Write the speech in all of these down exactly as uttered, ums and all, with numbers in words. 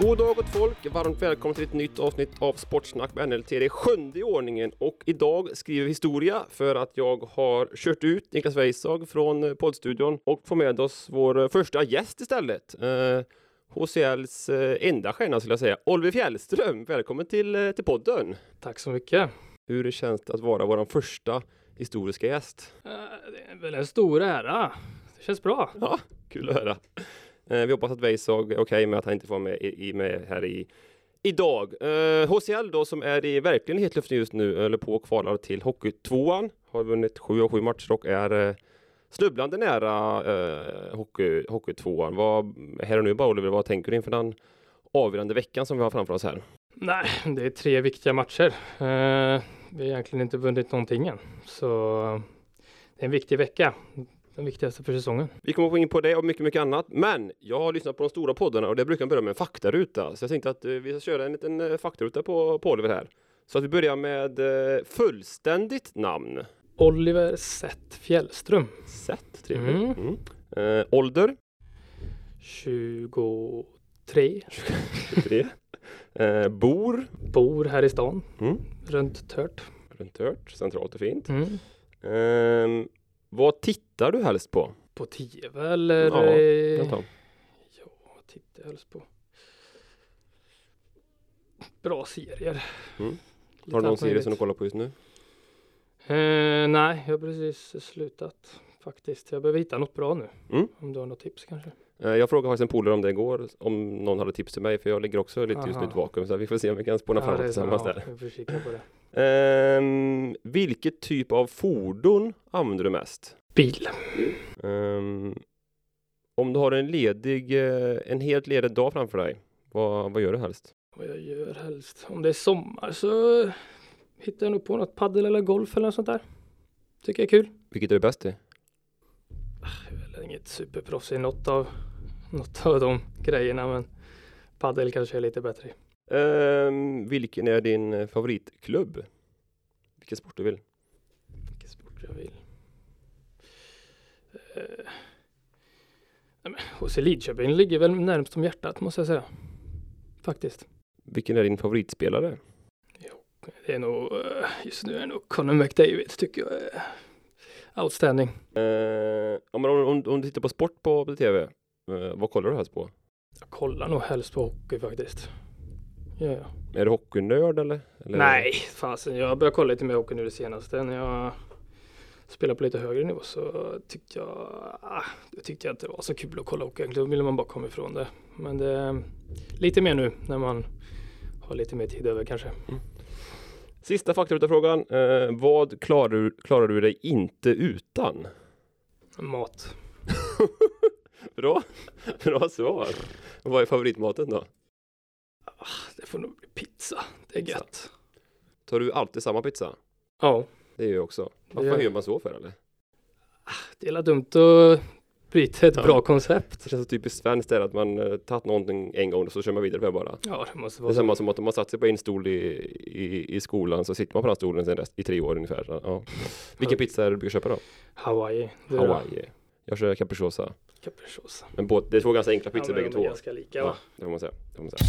God dag gott folk, varmt välkommen till ett nytt avsnitt av Sportsnack med N L T. Det är sjunde i ordningen och idag skriver vi historia för att jag har kört ut Niklas Weissag från poddstudion och får med oss vår första gäst istället. Eh, H C L:s enda stjärna skulle jag säga, Oliver Fjällström. Välkommen till, till podden. Tack så mycket. Hur känns det att vara vår första historiska gäst? Uh, det är väl en stor ära. Det känns bra. Ja, kul att höra. Uh, vi hoppas att Weissag är okej okay med att han inte får med, i, med här i idag. Uh, H C L då, som är i verkligen helt luften just nu, eller på kvalar till Hockeytvåan. Har vunnit sju av sju matcher och är uh, snubblande nära uh, hockey, Hockeytvåan. Vad, här och nu bara Oliver, vad tänker du inför den avgörande veckan som vi har framför oss här? Nej, det är tre viktiga matcher. Uh, vi har egentligen inte vunnit någonting än. Så uh, det är en viktig vecka. Den viktigaste för säsongen. Vi kommer få in på det och mycket, mycket annat. Men jag har lyssnat på de stora poddarna och det brukar börja med en faktaruta. Så jag tänkte att vi ska köra en liten faktaruta på, på Oliver här. Så att vi börjar med fullständigt namn. Oliver Seth Fjällström. Seth, trevligt. Mm. Mm. Eh, ålder? tjugotre. tjugotre. Eh, bor? Bor här i stan. Mm. Runt Tört. Runt Tört, centralt och fint. Mm. Eh, vad tittar du helst på? På tv eller? Ja, jag tar. Ja, vad tittar jag helst på? Bra serier. Mm. Har du någon serie som du kollar på just nu? Eh, nej, jag har precis slutat faktiskt. Jag behöver hitta något bra nu. Mm. Om du har något tips kanske. Eh, jag frågade faktiskt en polare om det igår. Om någon hade tips till mig. För jag ligger också lite just nu i ett vakum. Så vi får se om vi kan spåna ja, framåt tillsammans ja, där. Vi får kika på det. Um, vilket typ av fordon använder du mest? Bil. Um, om du har en ledig, en helt ledig dag framför dig, vad, vad gör du helst? Vad jag gör helst? Om det är sommar så hittar jag nog på något paddel eller golf eller något sånt där. Tycker jag är kul. Vilket är du bäst i? Jag är väl inget superproffs i något av, något av de grejerna, men paddel kanske är lite bättre i. Um, vilken är din favoritklubb? Vilken sport du vill? Vilken sport jag vill? Uh, nej men, H C Lidköping ligger väl närmast om hjärtat, måste jag säga. Faktiskt. Vilken är din favoritspelare? Jo, det är nog, just nu är det nog Connor McDavid, tycker jag är outstanding. Uh, om, om, om du tittar på sport på, på tv, uh, vad kollar du helst på? Jag kollar nog helst på hockey faktiskt. Ja, ja. Är du hockeynörd eller? eller? Nej, fasen. Jag började kolla lite mer hockey nu det senaste. När jag spelade på lite högre nivå så tyckte jag, ah, det tyckte jag inte det var så kul att kolla hockey. Då ville man bara komma ifrån det. Men det är lite mer nu när man har lite mer tid över kanske. Mm. Sista faktaruta-frågan. Eh, vad klarar du, klarar du dig inte utan? Mat. Bra. Bra svar. Vad är favoritmaten då? Det får nog bli pizza. Det är pizza. gött. Tar du alltid samma pizza? Ja. Det är ju också. Varför gör. gör man så för eller? Det är dumt att bryta ett ja. bra koncept. Det känns så typiskt svenskt där att man uh, tagit någonting en gång och så kör man vidare på det bara. Ja, det måste vara det är samma som att om man satt sig på en stol i, i, i skolan så sitter man på den stolen sen rest, i tre år ungefär. Så, ja. Vilken pizza är det du brukar köpa då? Hawaii. Hawaii. Jag kör capricciosa. Capricciosa. Men båda, det är två ganska enkla pizzor ja, bägge två. Ganska lika, va? Ja, det får man säga. Det får man säga.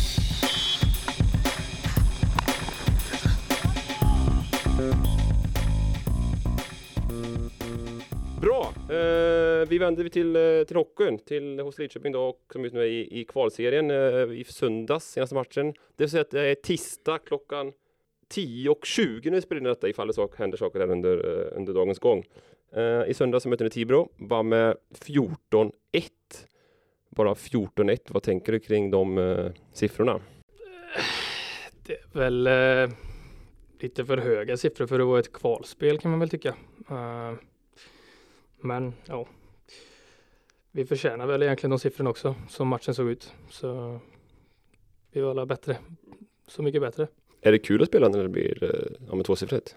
Bra, eh, vi vänder vi till, till hockeyn, till H C Lidköping då, och som just nu är i, i kvalserien eh, i söndags, senaste matchen. Det vill säga att det är tisdag klockan tio och tjugo när vi spelar in detta ifall det sak, händer saker där under, eh, under dagens gång. Eh, I söndags mötte ni Tibro, var med fjorton ett. Bara fjorton ett, vad tänker du kring de eh, siffrorna? Det är väl eh, lite för höga siffror för att vara ett kvalspel kan man väl tycka. Uh, men ja, vi förtjänar väl egentligen de siffrorna också som matchen såg ut. Så vi var alla bättre, så mycket bättre. Är det kul att spela när det blir eh, ja, med tvåsiffrigt?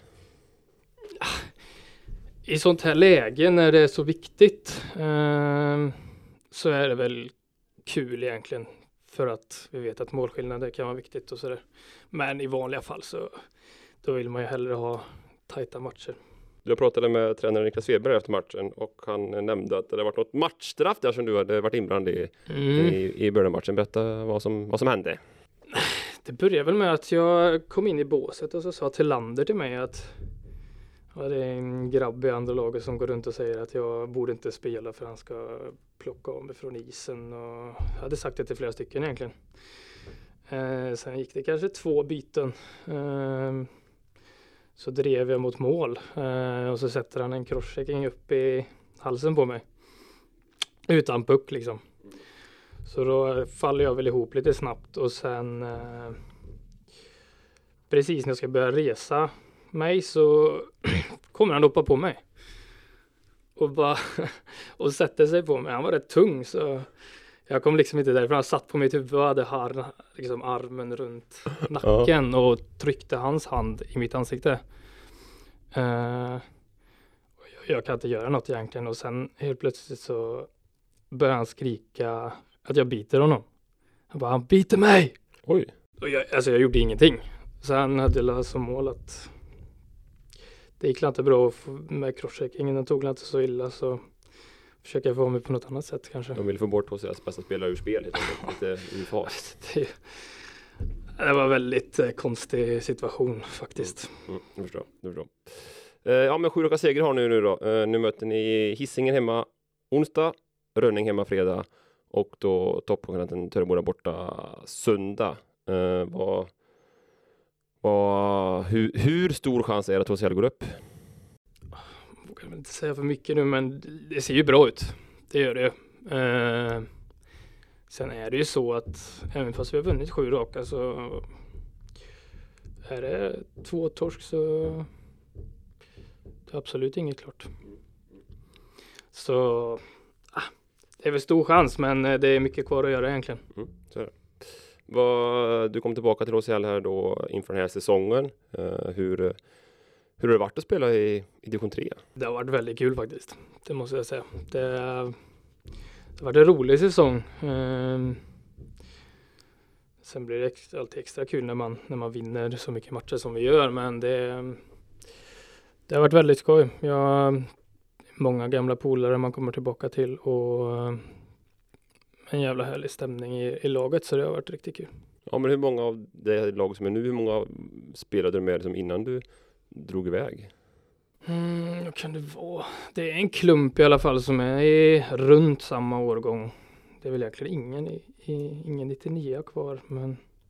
I sånt här läge när det är så viktigt eh, så är det väl kul egentligen. För att vi vet att målskillnader kan vara viktigt och sådär. Men i vanliga fall så då vill man ju hellre ha tajta matcher. Jag pratade med tränaren Niklas Weber efter matchen och han nämnde att det hade varit något matchstraff där som du hade varit inblandad i, mm. i, i början av matchen. Berätta vad som, vad som hände. det började väl med att jag kom in i båset och så sa Tillander till mig att ja, det är en grabb i andra laget som går runt och säger att jag borde inte spela för han ska plocka av mig från isen. Och jag hade sagt det till flera stycken egentligen. Eh, sen gick det kanske två byten. Eh, så drev jag mot mål eh, och så sätter han en crosschecking upp i halsen på mig. Utan puck liksom. Så då faller jag väl ihop lite snabbt och sen eh, precis när jag ska börja resa mig så kommer han hoppa på mig. Och bara och sätter sig på mig. Han var rätt tung så jag kom liksom inte därifrån. Han satt på mitt huvud och hade har, liksom armen runt nacken ja. Och tryckte hans hand i mitt ansikte. Uh, jag, jag kan inte göra något egentligen och sen helt plötsligt så börjar han skrika att jag biter honom. Han bara, han biter mig! Oj! Och jag, alltså jag gjorde ingenting. Så han hade som mål att det gick inte bra med crosscheckingen. Den tog inte så illa så försöker jag få mig på något annat sätt kanske. De vill få bort H C L:s bästa spelare ur spel. Lite ur fas. Det, det var en väldigt eh, konstig situation faktiskt. Mm, mm, jag förstår, jag förstår. Eh, ja men sju raka seger har ni nu då. Eh, nu möter ni Hisingen hemma onsdag, Rönning hemma fredag och då toppkonkurrenten Töreboda borta söndag. Eh, vad, vad, hur, hur stor chans är det att H C L går upp? Jag kan väl inte säga för mycket nu men det ser ju bra ut. Det gör det. Eh, sen är det ju så att även fast vi har vunnit sju raka så är det två torsk så det är absolut inget klart. Så ah, det är väl stor chans men det är mycket kvar att göra egentligen. Mm, så är det. Vad, du kom tillbaka till H C L här då inför den här säsongen. Uh, hur, hur har det varit att spela i, i division tre? Det har varit väldigt kul faktiskt. Det måste jag säga. Det, det har varit en rolig säsong. Um, sen blir det extra, alltid extra kul när man, när man vinner så mycket matcher som vi gör. Men det, det har varit väldigt skoj. Jag har många gamla polare man kommer tillbaka till och en jävla härlig stämning i, i laget så det har varit riktigt kul. Ja men hur många av det lag som är nu, hur många spelade du med liksom innan du drog iväg? Mm, vad kan det vara? Det är en klump i alla fall som är i runt samma årgång. Det är väl egentligen ingen, i, i, ingen nittionio kvar men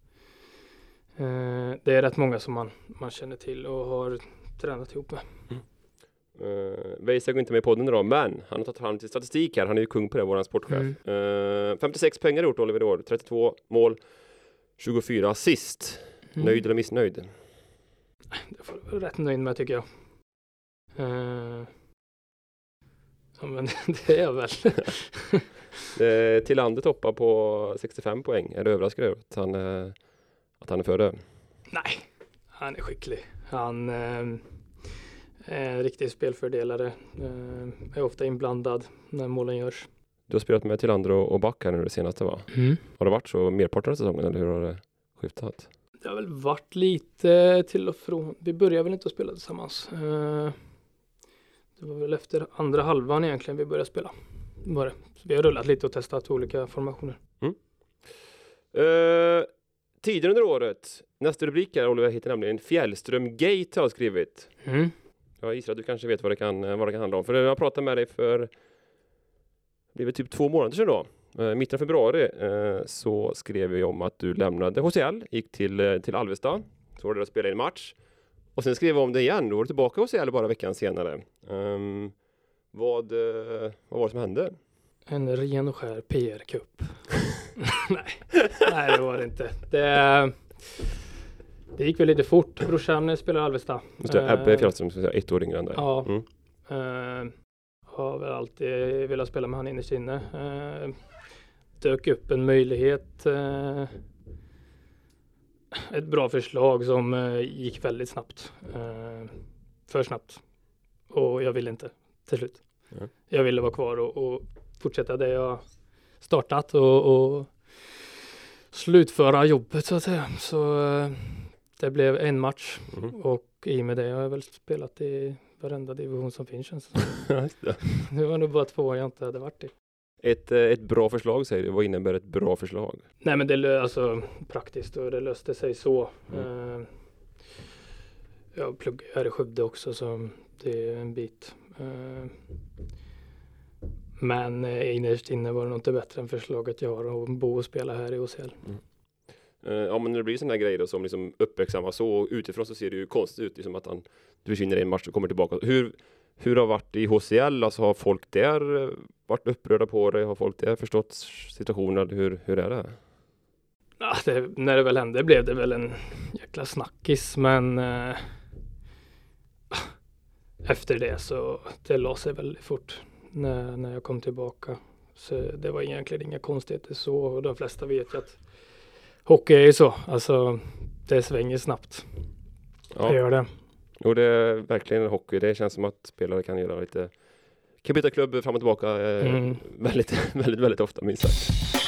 eh, det är rätt många som man, man känner till och har tränat ihop med. Mm. Uh, Veisa går inte med i podden idag, men han har tagit fram till statistik här. Han är ju kung på det, våran sportchef. Mm. Uh, femtiosex pengar gjort Oliver i år. trettiotvå mål, tjugofyra assist. Mm. Nöjd eller missnöjd? Det får jag vara rätt nöjd med tycker jag. Uh, ja men det är jag väl. uh, Tillander toppar på sextiofem poäng. Är du överraskad över att han, uh, att han är före? Nej, han är skicklig. Han... Uh, En riktig spelfördelare. Eh, är ofta inblandad när målen görs. Du har spelat med Tillander och, och Back här nu det senaste va? Mm. Har det varit så merparten av säsongen eller hur har det skiftat? Det har väl varit lite till och från. Vi började väl inte att spela tillsammans. Eh, det var väl efter andra halvan egentligen vi började spela. Var det. Så vi har rullat lite och testat olika formationer. Mm. Uh, tiden under året. Nästa rubrik här Oliver heter nämligen Fjällström Gate har jag skrivit. Mm. Jag gissar att du kanske vet vad det kan, vad det kan handla om. För jag pratade med dig för det var typ två månader sedan då. Eh, mitten av februari eh, så skrev vi om att du lämnade H C L, gick till, till Alvesta. Så var det att spela en match. Och sen skrev vi om det igen. Då var du tillbaka i H C L bara veckan senare. Um, vad, eh, vad var det som hände? En ren och skär P R-kupp. Nej. Nej, det var det inte. Det... Det gick väl lite fort. Brorsan spelar Alvesta. Just det, Ebbe Fjällström som är ett år yngre än dig. Ja. Mm. Uh, har väl alltid velat spela med han innerst inne. Uh, dök upp en möjlighet. Uh, ett bra förslag som uh, gick väldigt snabbt. Uh, för snabbt. Och jag ville inte till slut. Mm. Jag ville vara kvar och, och fortsätta det jag startat och, och slutföra jobbet så att säga. Så... Uh, Det blev en match mm. och i och med det har jag väl spelat i varenda division som finns. det. det var nog bara två jag inte hade varit i. Ett, ett bra förslag säger du. Vad innebär ett bra förslag? Nej, men det är alltså praktiskt och det löste sig så. Mm. Uh, jag pluggar här i Skövde också så det är en bit. Uh, men uh, innerst inne var det nog inte bättre än förslaget jag har att bo och spela här i O C L. Mm. Uh, ja, men när det blir sådana här grejer då, som liksom uppmärksammas så utifrån så ser det ju konstigt ut. Liksom att han, du försvinner i en match och kommer tillbaka. Hur, hur har det varit i H C L? Alltså har folk där varit upprörda på det? Har folk där förstått situationen? Hur, hur är det? Ja, det, när det väl hände blev det väl en jäkla snackis, men eh, efter det så det la sig väldigt fort när, när jag kom tillbaka. Så det var egentligen inga konstigheter så, och de flesta vet ju att hockey är ju så, alltså det svänger snabbt. Ja. Det gör det. Och det är verkligen hockey. Det känns som att spelare kan göra lite, kan byta klubb fram och tillbaka eh, Mm. väldigt, väldigt, väldigt ofta minst sagt.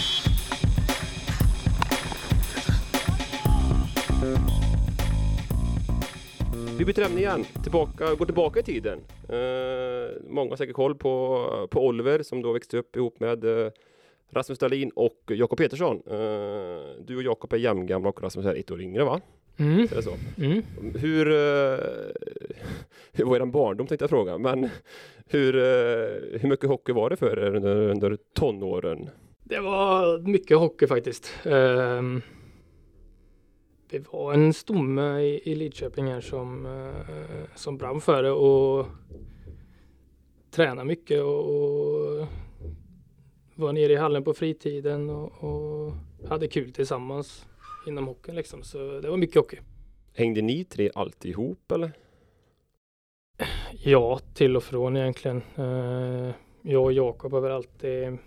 Vi byter ämne igen, tillbaka, går tillbaka i tiden. Eh, många har säkert koll på, på Oliver som då växte upp ihop med eh, Rasmus Dahlin och Jakob Petersson. Eh, du och Jakob är jämngamla och Rasmus är ett år yngre, va? Mm. Är det så? Mm. Hur, uh, hur var er barndom tänkte jag fråga, men hur, uh, hur mycket hockey var det för er under, under tonåren? Det var mycket hockey faktiskt. Um, det var en stomme i, i Lidköping här som, uh, som brann för det och tränade mycket och, och var nere i hallen på fritiden och, och hade kul tillsammans inom hockeyn liksom. Så det var mycket hockey. Hängde ni tre alltid ihop eller? Ja, till och från egentligen. Uh, jag och Jakob har väl alltid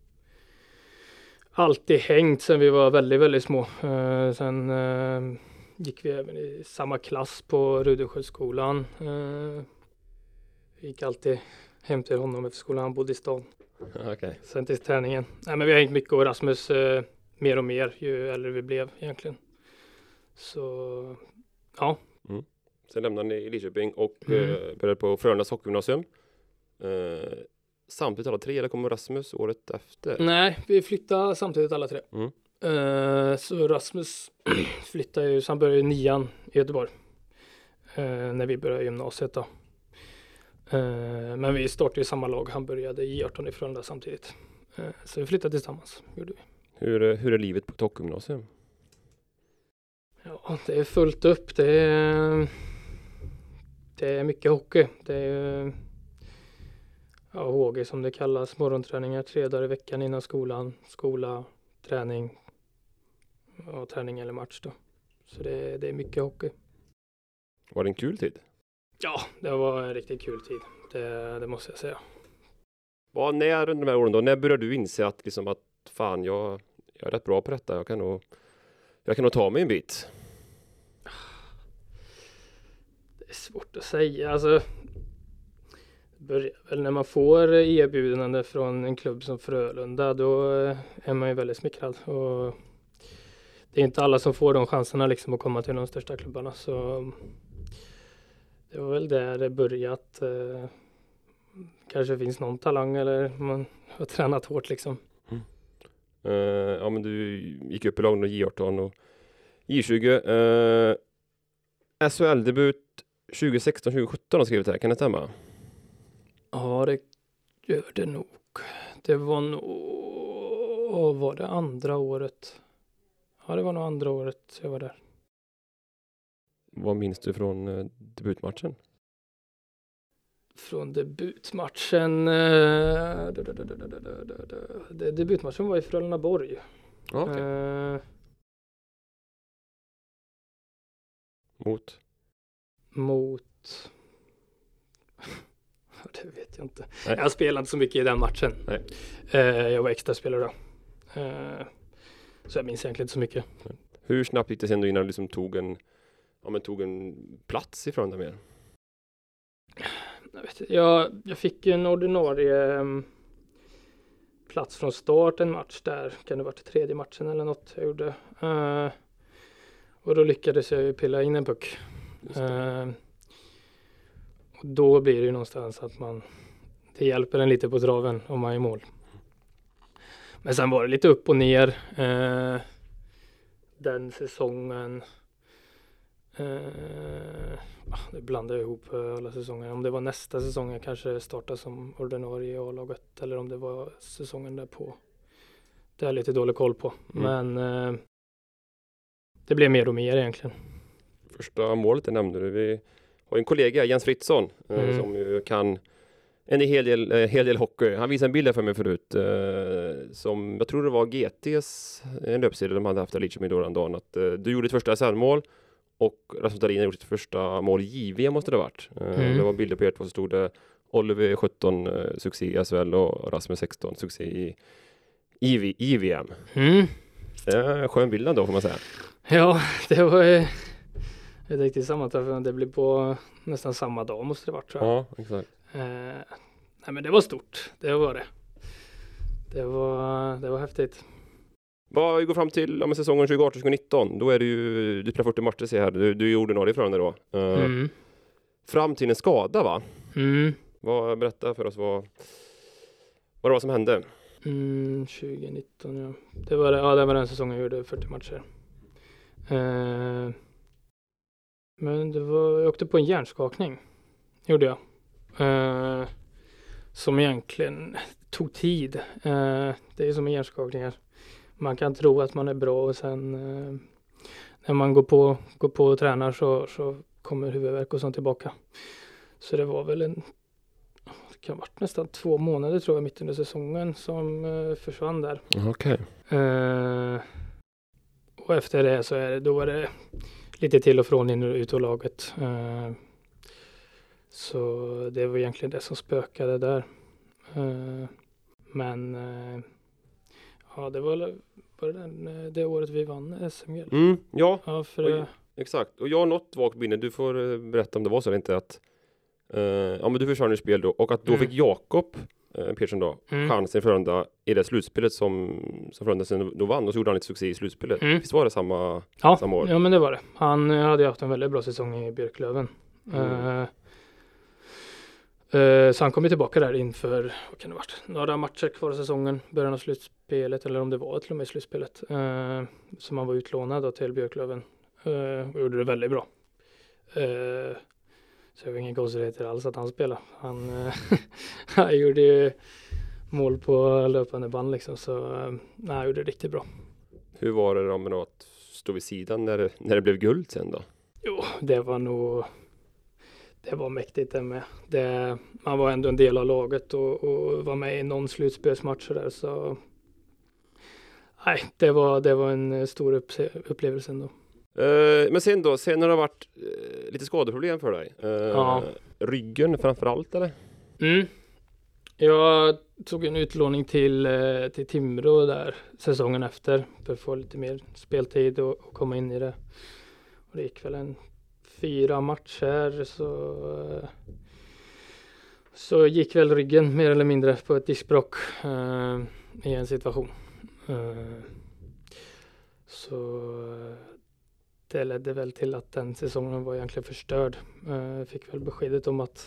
alltid hängt sen vi var väldigt, väldigt små. Uh, sen uh, gick vi även i samma klass på Rudesjöskolan. Uh, gick alltid hem till honom efter skolan. Han bodde i stan. Okay. Sen till träningen. Nej, men vi har hängt mycket och Rasmus uh, mer och mer ju äldre vi blev egentligen. Så ja. Mm. Sen lämnade ni i Lidköping och Mm. uh, började på Frölundas hockeygymnasium. Uh, samtidigt alla tre, eller kommer Rasmus året efter? Nej, vi flyttade samtidigt alla tre. Mm. Uh, så Rasmus flyttade ju, så han började i nian i Göteborg. Uh, när vi började gymnasiet då. Uh, men vi startade i samma lag. Han började i arton i Frölunda samtidigt. Uh, så vi flyttade tillsammans, gjorde vi. Hur, hur är livet på ett hockeygymnasium? Ja, det är fullt upp. Det är, det är mycket hockey. Det är ja, H G som det kallas. Morgonträningar tre dagar i veckan innan skolan. Skola, träning och träning eller match då. Så det, det är mycket hockey. Var det en kul tid? Ja, det var en riktigt kul tid. Det, det måste jag säga. Vad, när under de här åren då, när började du inse att, liksom att fan, jag, jag är rätt bra på detta. Jag kan nog, jag kan nog ta mig en bit. Det är svårt att säga. Alltså, det börjar väl när man får erbjudande från en klubb som Frölunda. Då är man ju väldigt smickrad. Och det är inte alla som får de chanserna liksom att komma till de största klubbarna. Så det var väl där det börjat. Eh, kanske finns någon talang eller man har tränat hårt liksom. Mm. Uh, ja, men du gick upp i lagen och J arton och J tjugo. Uh, S H L-debut tjugo sexton tjugo sjutton har skrivit här, kan det stämma? Ja, det gör det nog. Det var nog, var det andra året? Ja, det var nog andra året jag var där. Vad minns du från uh, debutmatchen? Från debutmatchen. Uh, det, debutmatchen var i Frölundaborg. Okay. Uh, mot? Mot... det vet jag inte. Nej. Jag spelade inte så mycket i den matchen. Nej. Uh, jag var extra spelare då. Uh, så jag minns egentligen inte så mycket. Nej. Hur snabbt gick det sen då innan du liksom tog en, ja, men tog en plats ifrån där mer? Jag, vet, jag, jag fick en ordinarie um, plats från start en match där. Kan det ha varit tredje matchen eller något jag gjorde. Uh, och då lyckades jag ju pilla in en puck. Uh, och då blir det ju någonstans att man, det hjälper en lite på traven om man är i mål. Men sen var det lite upp och ner eh, den säsongen. Eh, det blandade ihop alla säsonger. Om det var nästa säsong jag kanske startade som ordinarie i A-laget eller om det var säsongen därpå. Det har jag lite dålig koll på. Mm. Men eh, det blev mer och mer egentligen. Första målet jag nämnde du. Vi har en kollega, Jens Fritzson, mm. eh, som ju kan en hel del, eh, hel del hockey. Han visade en bild för mig förut. Eh, som jag tror det var G T:s en löpsida de hade haft i Lidköping då den dagen. Att, eh, du gjorde ett första S R-mål och Rasmus Dahlin har gjort sitt första mål i J V måste det ha varit. Eh, mm. Det var bilder på er två så stod det Oliver sjutton eh, succé i S H L och Rasmus sexton succé i I V M. Mm. Eh, skön bild då får man säga. Ja, det var eh, ett riktigt sammanträffande. Det blev på nästan samma dag måste det ha varit tror jag. Ja, exakt. Eh, nej men det var stort, det var det. Det var, det var häftigt. Vad vi går fram till om säsongen tjugo arton tjugo nitton, då är det ju, du spelar fyrtio matcher ser här, du, du gjorde några ifrån det då. Uh, mm. Fram till en skada va? Mm. Vad, berätta för oss vad, vad det var som hände. Mm, tjugo nitton ja. Det var, ja, det var den säsongen jag gjorde fyrtio matcher. Uh, men det var, jag åkte på en hjärnskakning. Gjorde jag. Uh, som egentligen tog tid. Uh, det är som en hjärnskakning här. Man kan tro att man är bra och sen uh, när man går på, går på och tränar så, så kommer huvudvärk och sånt tillbaka. Så det var väl en, det kan ha varit nästan två månader tror jag mitt under säsongen som uh, försvann där. Okej. Okay. Uh, och efter det så är det, då var det lite till och från in och ut ur laget. Uh, Så det var egentligen det som spökade där. Uh, men uh, ja, det var, var det, den, det året vi vann S M G. Mm, ja, ja för och, exakt. Och jag har något vagt minne. Du får uh, berätta om det var så eller inte. Att, uh, ja, men du försvann i spel då. Och att då mm. fick Jakob uh, Persson då mm. chansen i Frölunda i det slutspelet som, som Frölunda sen då vann. Och så gjorde han lite succé i slutspelet. Mm. Visst var det samma, ja, samma år? Ja, men det var det. Han uh, hade haft en väldigt bra säsong i Björklöven. Mm. Uh, Uh, så han kom tillbaka där inför, vad kan det ha varit, några matcher kvar i säsongen, början av slutspelet eller om det var till och med slutspelet. Uh, som han var utlånad då till Björklöven uh, och gjorde det väldigt bra. Uh, så det var ingen konstigheter alls att han spelade. Han, uh, han gjorde ju mål på löpande band liksom, så uh, nej, han gjorde det riktigt bra. Hur var det då med att stå vid sidan när det, när det blev guld sen då? Jo, det var nog... Det var mäktigt det med. Det, man var ändå en del av laget och, och var med i någon slutspelsmatch där så nej, det var, det var en stor upp, upplevelse ändå. Uh, men sen då, sen har det varit uh, lite skadeproblem för dig. Uh, ja. Ryggen framförallt eller? Mm. Jag tog en utlåning till, uh, till Timrå där säsongen efter för att få lite mer speltid och, och komma in i det. Och det gick väl en fyra matcher så så gick väl ryggen mer eller mindre på ett diskbråck uh, i en situation. Uh, så det ledde väl till att den säsongen var egentligen förstörd. Uh, fick väl beskedet om att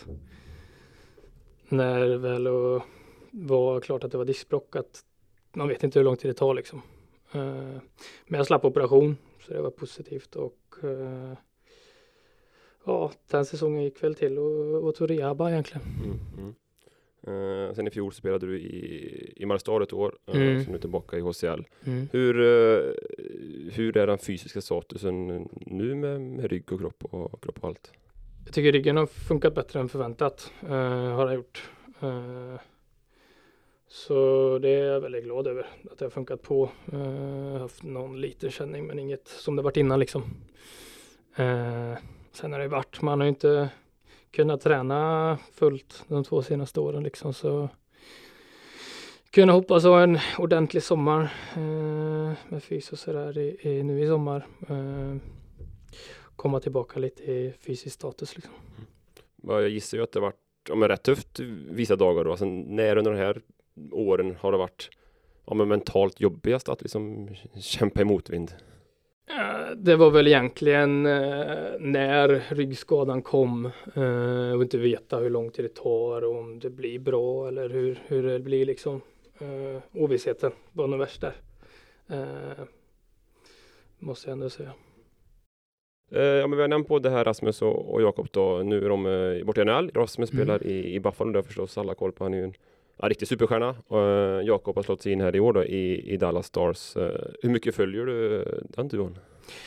när väl och var klart att det var diskbråck att man vet inte hur lång tid det tar liksom. Uh, men jag slapp operation så det var positivt och uh, ja, den säsongen gick väl till och, och tog rehabba egentligen. Mm, mm. Uh, sen i fjol spelade du i, i Mariestad ett år. Uh, mm. Sen är du tillbaka i H C L. Mm. Hur, uh, hur är den fysiska statusen nu med, med rygg och kropp och, kropp och allt? Jag tycker ryggen har funkat bättre än förväntat. Uh, har den gjort. Uh, så det är jag väldigt glad över. Att det har funkat på. Jag uh, har haft någon liten känning men inget som det varit innan liksom. Uh, Sen har det varit, man har ju inte kunnat träna fullt de två senaste åren liksom så kunna hoppas ha en ordentlig sommar eh, med fys och sådär i, i, nu i sommar. Eh, komma tillbaka lite i fysisk status liksom. Mm. Jag gissar ju att det har varit ja, men rätt tufft vissa dagar då. Alltså, när under de här åren har det varit ja, men mentalt jobbigast att liksom kämpa i motvind? Det var väl egentligen eh, när ryggskadan kom eh, och inte veta hur lång tid det tar och om det blir bra eller hur, hur det blir liksom. Uh, ovissheten var nog värst där. Uh, måste jag ändå säga. Uh, ja, men vi har nämnt på det här Rasmus och, och Jakob då. Nu är de uh, borta i N H L. Rasmus mm. spelar i, i Buffalo. Där förstås alla koll på. Han är ju en ja, riktig superstjärna. Uh, Jakob har slått sig in här i år då, i, i Dallas Stars. Uh, hur mycket följer du den duon?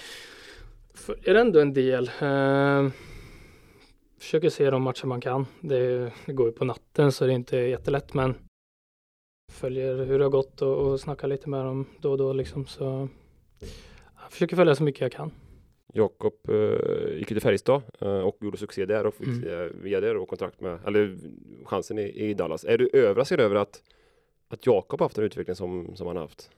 Följer ändå en del. Uh, försöker se de matcher man kan. Det, det går ju på natten så det är inte jättelätt, men följer hur det har gått och, och snackar lite med dem då och då liksom. Så jag försöker följa så mycket jag kan. Jakob uh, gick till Färjestad uh, och gjorde succé där och fick mm. uh, via det och kontrakt med, eller chansen i, i Dallas. Är du överraskad över att, att Jakob har haft en utveckling som, som han har haft?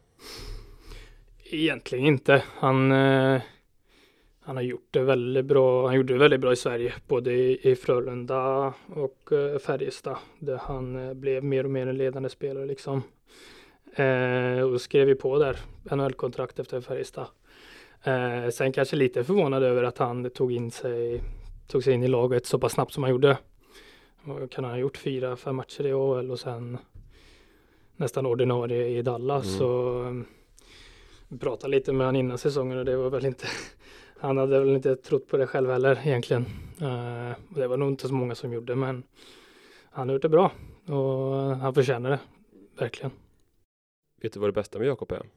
Egentligen inte. Han, uh, han har gjort det väldigt bra. Han gjorde det väldigt bra i Sverige, både i, i Frölunda och uh, Färjestad, där han uh, blev mer och mer en ledande spelare liksom. Uh, och skrev ju på där N H L-kontrakt efter Färjestad. Eh, sen kanske lite förvånad över att han tog in sig tog sig in i laget så pass snabbt som han gjorde. Kan han ha gjort fyra, fem matcher i O H L och sen nästan ordinarie i Dallas. Mm. Så um, pratade lite med han innan säsongen och det var väl inte han hade väl inte trott på det själv heller egentligen. Eh, det var nog inte så många som gjorde, men han har gjort det bra och han förtjänar det, verkligen. Vet du vad det bästa med Jakob är?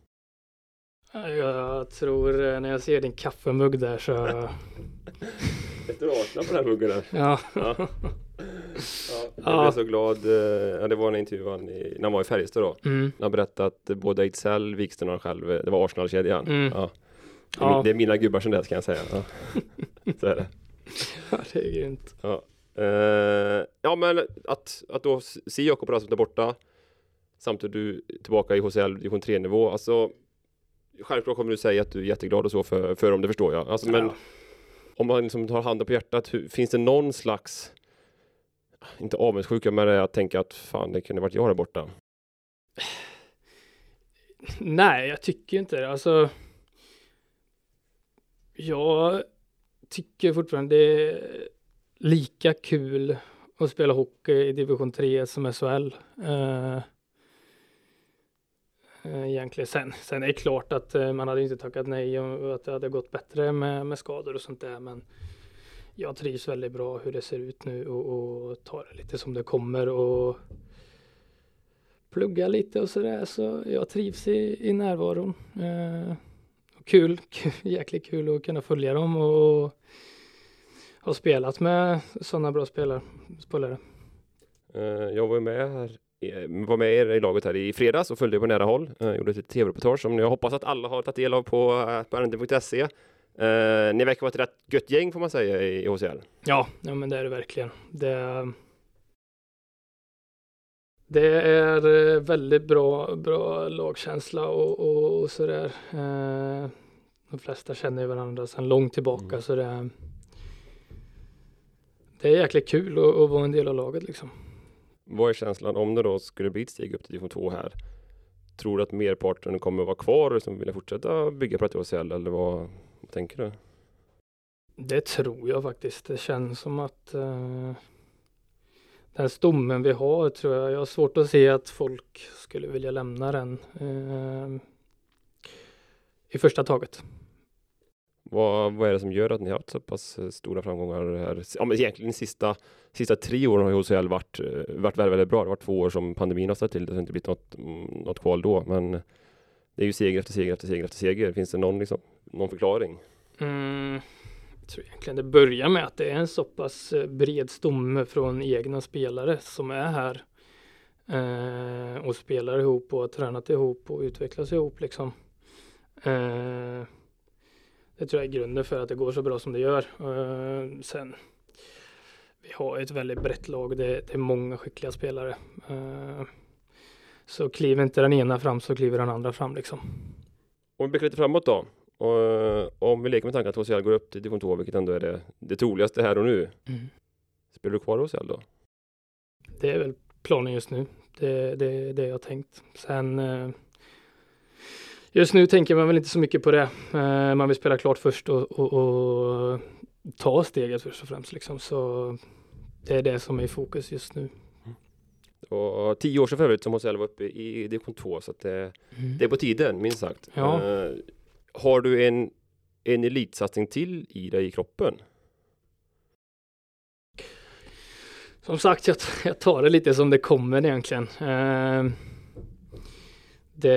Jag tror när jag ser din kaffemugg där så... Vet du Arsenal på den här muggen där? Ja. ja. ja jag blev ja. så glad. Ja, det var en intervju han i, när han var i Färjestad då. Mm. Han berättade att både Ejdsell, Wikström och själv, det var Arsenal-kedjan. Mm. Ja. Det, är, ja. det är mina gubbar som det kan jag säga. Ja. Så är det. Ja, det är grymt. Ja, uh, ja men att, att då se Jakob Rasmus där borta samtidigt du tillbaka i H C L division tre-nivå, alltså självklart kommer du säga att du är jätteglad och så för, för dem, det förstår jag. Alltså, ja. Men om man liksom tar handen på hjärtat, hur, finns det någon slags, inte avundsjuka, men att tänka att fan, det kunde varit jag där borta? Nej, jag tycker inte det. Alltså, jag tycker fortfarande det är lika kul att spela hockey i division tre som S H L. Uh, Egentligen. Sen, sen är det klart att uh, man hade inte tackat nej och att det hade gått bättre med, med skador och sånt där, men jag trivs väldigt bra hur det ser ut nu och, och tar det lite som det kommer och plugga lite och sådär, så jag trivs i, i närvaron. Uh, kul, kul, jäkligt kul att kunna följa dem och, och ha spelat med sådana bra spelare. spelare. Uh, jag var med här var med er i laget här i fredags och följde på nära håll. Jag gjorde ett tv-reportage som jag hoppas att alla har tagit del av på, på r n d punkt s e. Uh, ni verkar vara ett rätt gött gäng får man säga i H C L. Ja, ja men det är det verkligen. Det, det är väldigt bra, bra lagkänsla och, och, och sådär. Uh, de flesta känner ju varandra sedan långt tillbaka, mm. så det, det är jäkligt kul att, att vara en del av laget liksom. Vad är känslan om det då skulle bli ett steg upp till division två här? Tror du att merparten kommer att vara kvar och som vill fortsätta bygga på ett H C L, eller vad, vad tänker du? Det tror jag faktiskt. Det känns som att uh, den stommen vi har, tror jag, jag har svårt att se att folk skulle vilja lämna den uh, i första taget. Vad, vad är det som gör att ni har haft så pass stora framgångar här? Ja, men egentligen de sista, sista tre åren har ju H C L varit, varit väldigt, väldigt bra. Det har varit två år som pandemin har ställt till. Det har inte blivit något, något kval då. Men det är ju seger efter seger efter seger efter seger. Finns det någon, liksom, någon förklaring? Mm, jag tror egentligen det börjar med att det är en så pass bred stomme från egna spelare som är här. Eh, och spelar ihop och har tränat ihop och utvecklas ihop liksom. Eh, Det tror jag är grunden för att det går så bra som det gör. Uh, sen, vi har ett väldigt brett lag. Det, det är många skickliga spelare. Uh, så kliver inte den ena fram så kliver den andra fram liksom. Om vi blickar lite framåt då. Och, om vi leker med tanken att H C L går upp till division två, vilket ändå är det, det troligaste här och nu. Mm. Spelar du kvar i H C L då? Det är väl planen just nu. Det, det, det jag har tänkt. Sen... Uh, Just nu tänker man väl inte så mycket på det. Uh, man vill spela klart först och, och, och ta steget först och främst. Liksom. Så det är det som är i fokus just nu. Mm. Och tio år sedan förut som hon själv var uppe i, i division två, så att det, Mm. det är på tiden, minst sagt. Ja. Uh, har du en, en elitsatsning till i dig i kroppen? Som sagt, jag, jag tar det lite som det kommer egentligen. Uh, det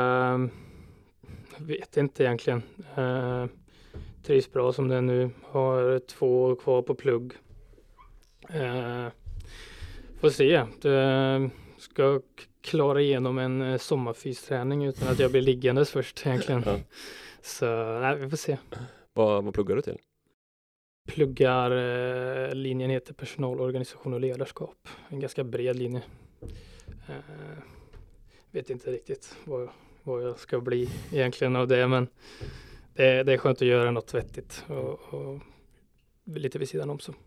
jag vet inte egentligen. Uh, trivs bra som det är nu. Har två år kvar på plugg. Uh, får se. Det ska k- klara igenom en uh, sommarfysträning utan att jag blir liggandes först egentligen. Ja. Så nej, vi får se. Vad, vad pluggar du till? Pluggar, uh, linjen heter personalorganisation och ledarskap. En ganska bred linje. Uh, vet inte riktigt vad, vad jag ska bli egentligen av det, men det, det är skönt att göra något vettigt och, och lite vid sidan om så.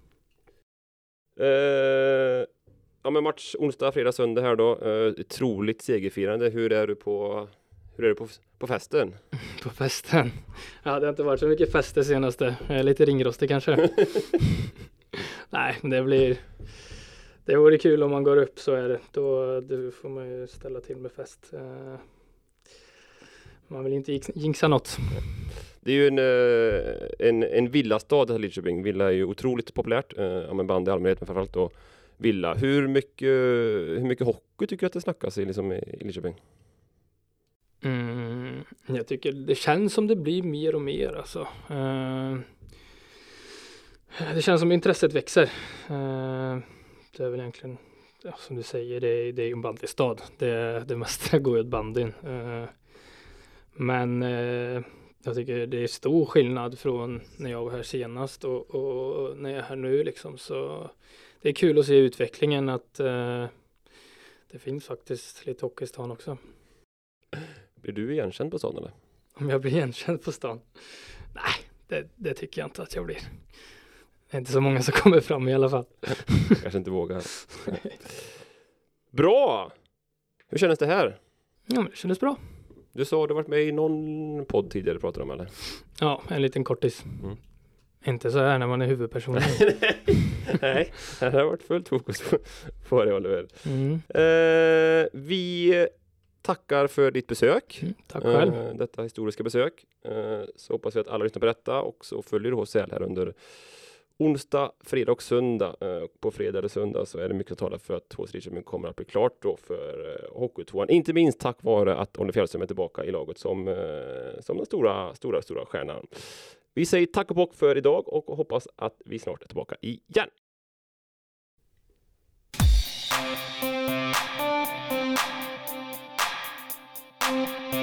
Uh, ja, men match onsdag, fredag, söndag här då. Uh, otroligt segerfirande. Hur är du på, hur är du på, på festen? På festen? Ja, det har inte varit så mycket fester senaste. Jag är lite ringrostig kanske. Nej, men det blir... Det vore kul om man går upp, så är det. Då, då får man ju ställa till med fest. Uh, man vill inte jinxa något. Det är ju en, uh, en, en villastad här i Lidköping. Villa är ju otroligt populärt. Uh, ja, men band i allmänhet, men framförallt då villa. Hur mycket, hur mycket hockey tycker du att det snackas i, liksom, i Lidköping? Mm, jag tycker det känns som det blir mer och mer alltså. Uh, det känns som intresset växer. Uh, det är väl egentligen, ja, som du säger, det är, det är ju en bandystad. Det, det mesta går ju åt bandyn. Uh, men uh, jag tycker det är stor skillnad från när jag var här senast och, och när jag är här nu liksom. Så det är kul att se utvecklingen, att uh, det finns faktiskt lite hockey i stan också. Blir du igenkänd på stan eller? Om jag blir igenkänd på stan? Nej, det, det tycker jag inte att jag blir. Det är inte så många som kommer fram i alla fall. Kanske inte vågar. Bra! Hur känns det här? Ja, men det kändes bra. Du sa att du varit med i någon podd tidigare, pratade om, eller? Ja, en liten kortis. Mm. Inte så här när man är huvudpersonen. Nej, det har varit fullt fokus på det, Oliver. Mm. Eh, vi tackar för ditt besök. Mm, tack själv. Eh, detta historiska besök. Eh, så hoppas vi att alla lyssnar på detta och så följer du H C L här under onsdag, fredag och söndag. Eh, på fredag eller söndag så är det mycket att tala för att H C Lidköping kommer att bli klart då för eh, Hockeytvåan. Inte minst tack vare att Oliver Fjällström är tillbaka i laget som, eh, som den stora, stora, stora stjärnan. Vi säger tack och bock för idag och hoppas att vi snart är tillbaka igen. Thank you.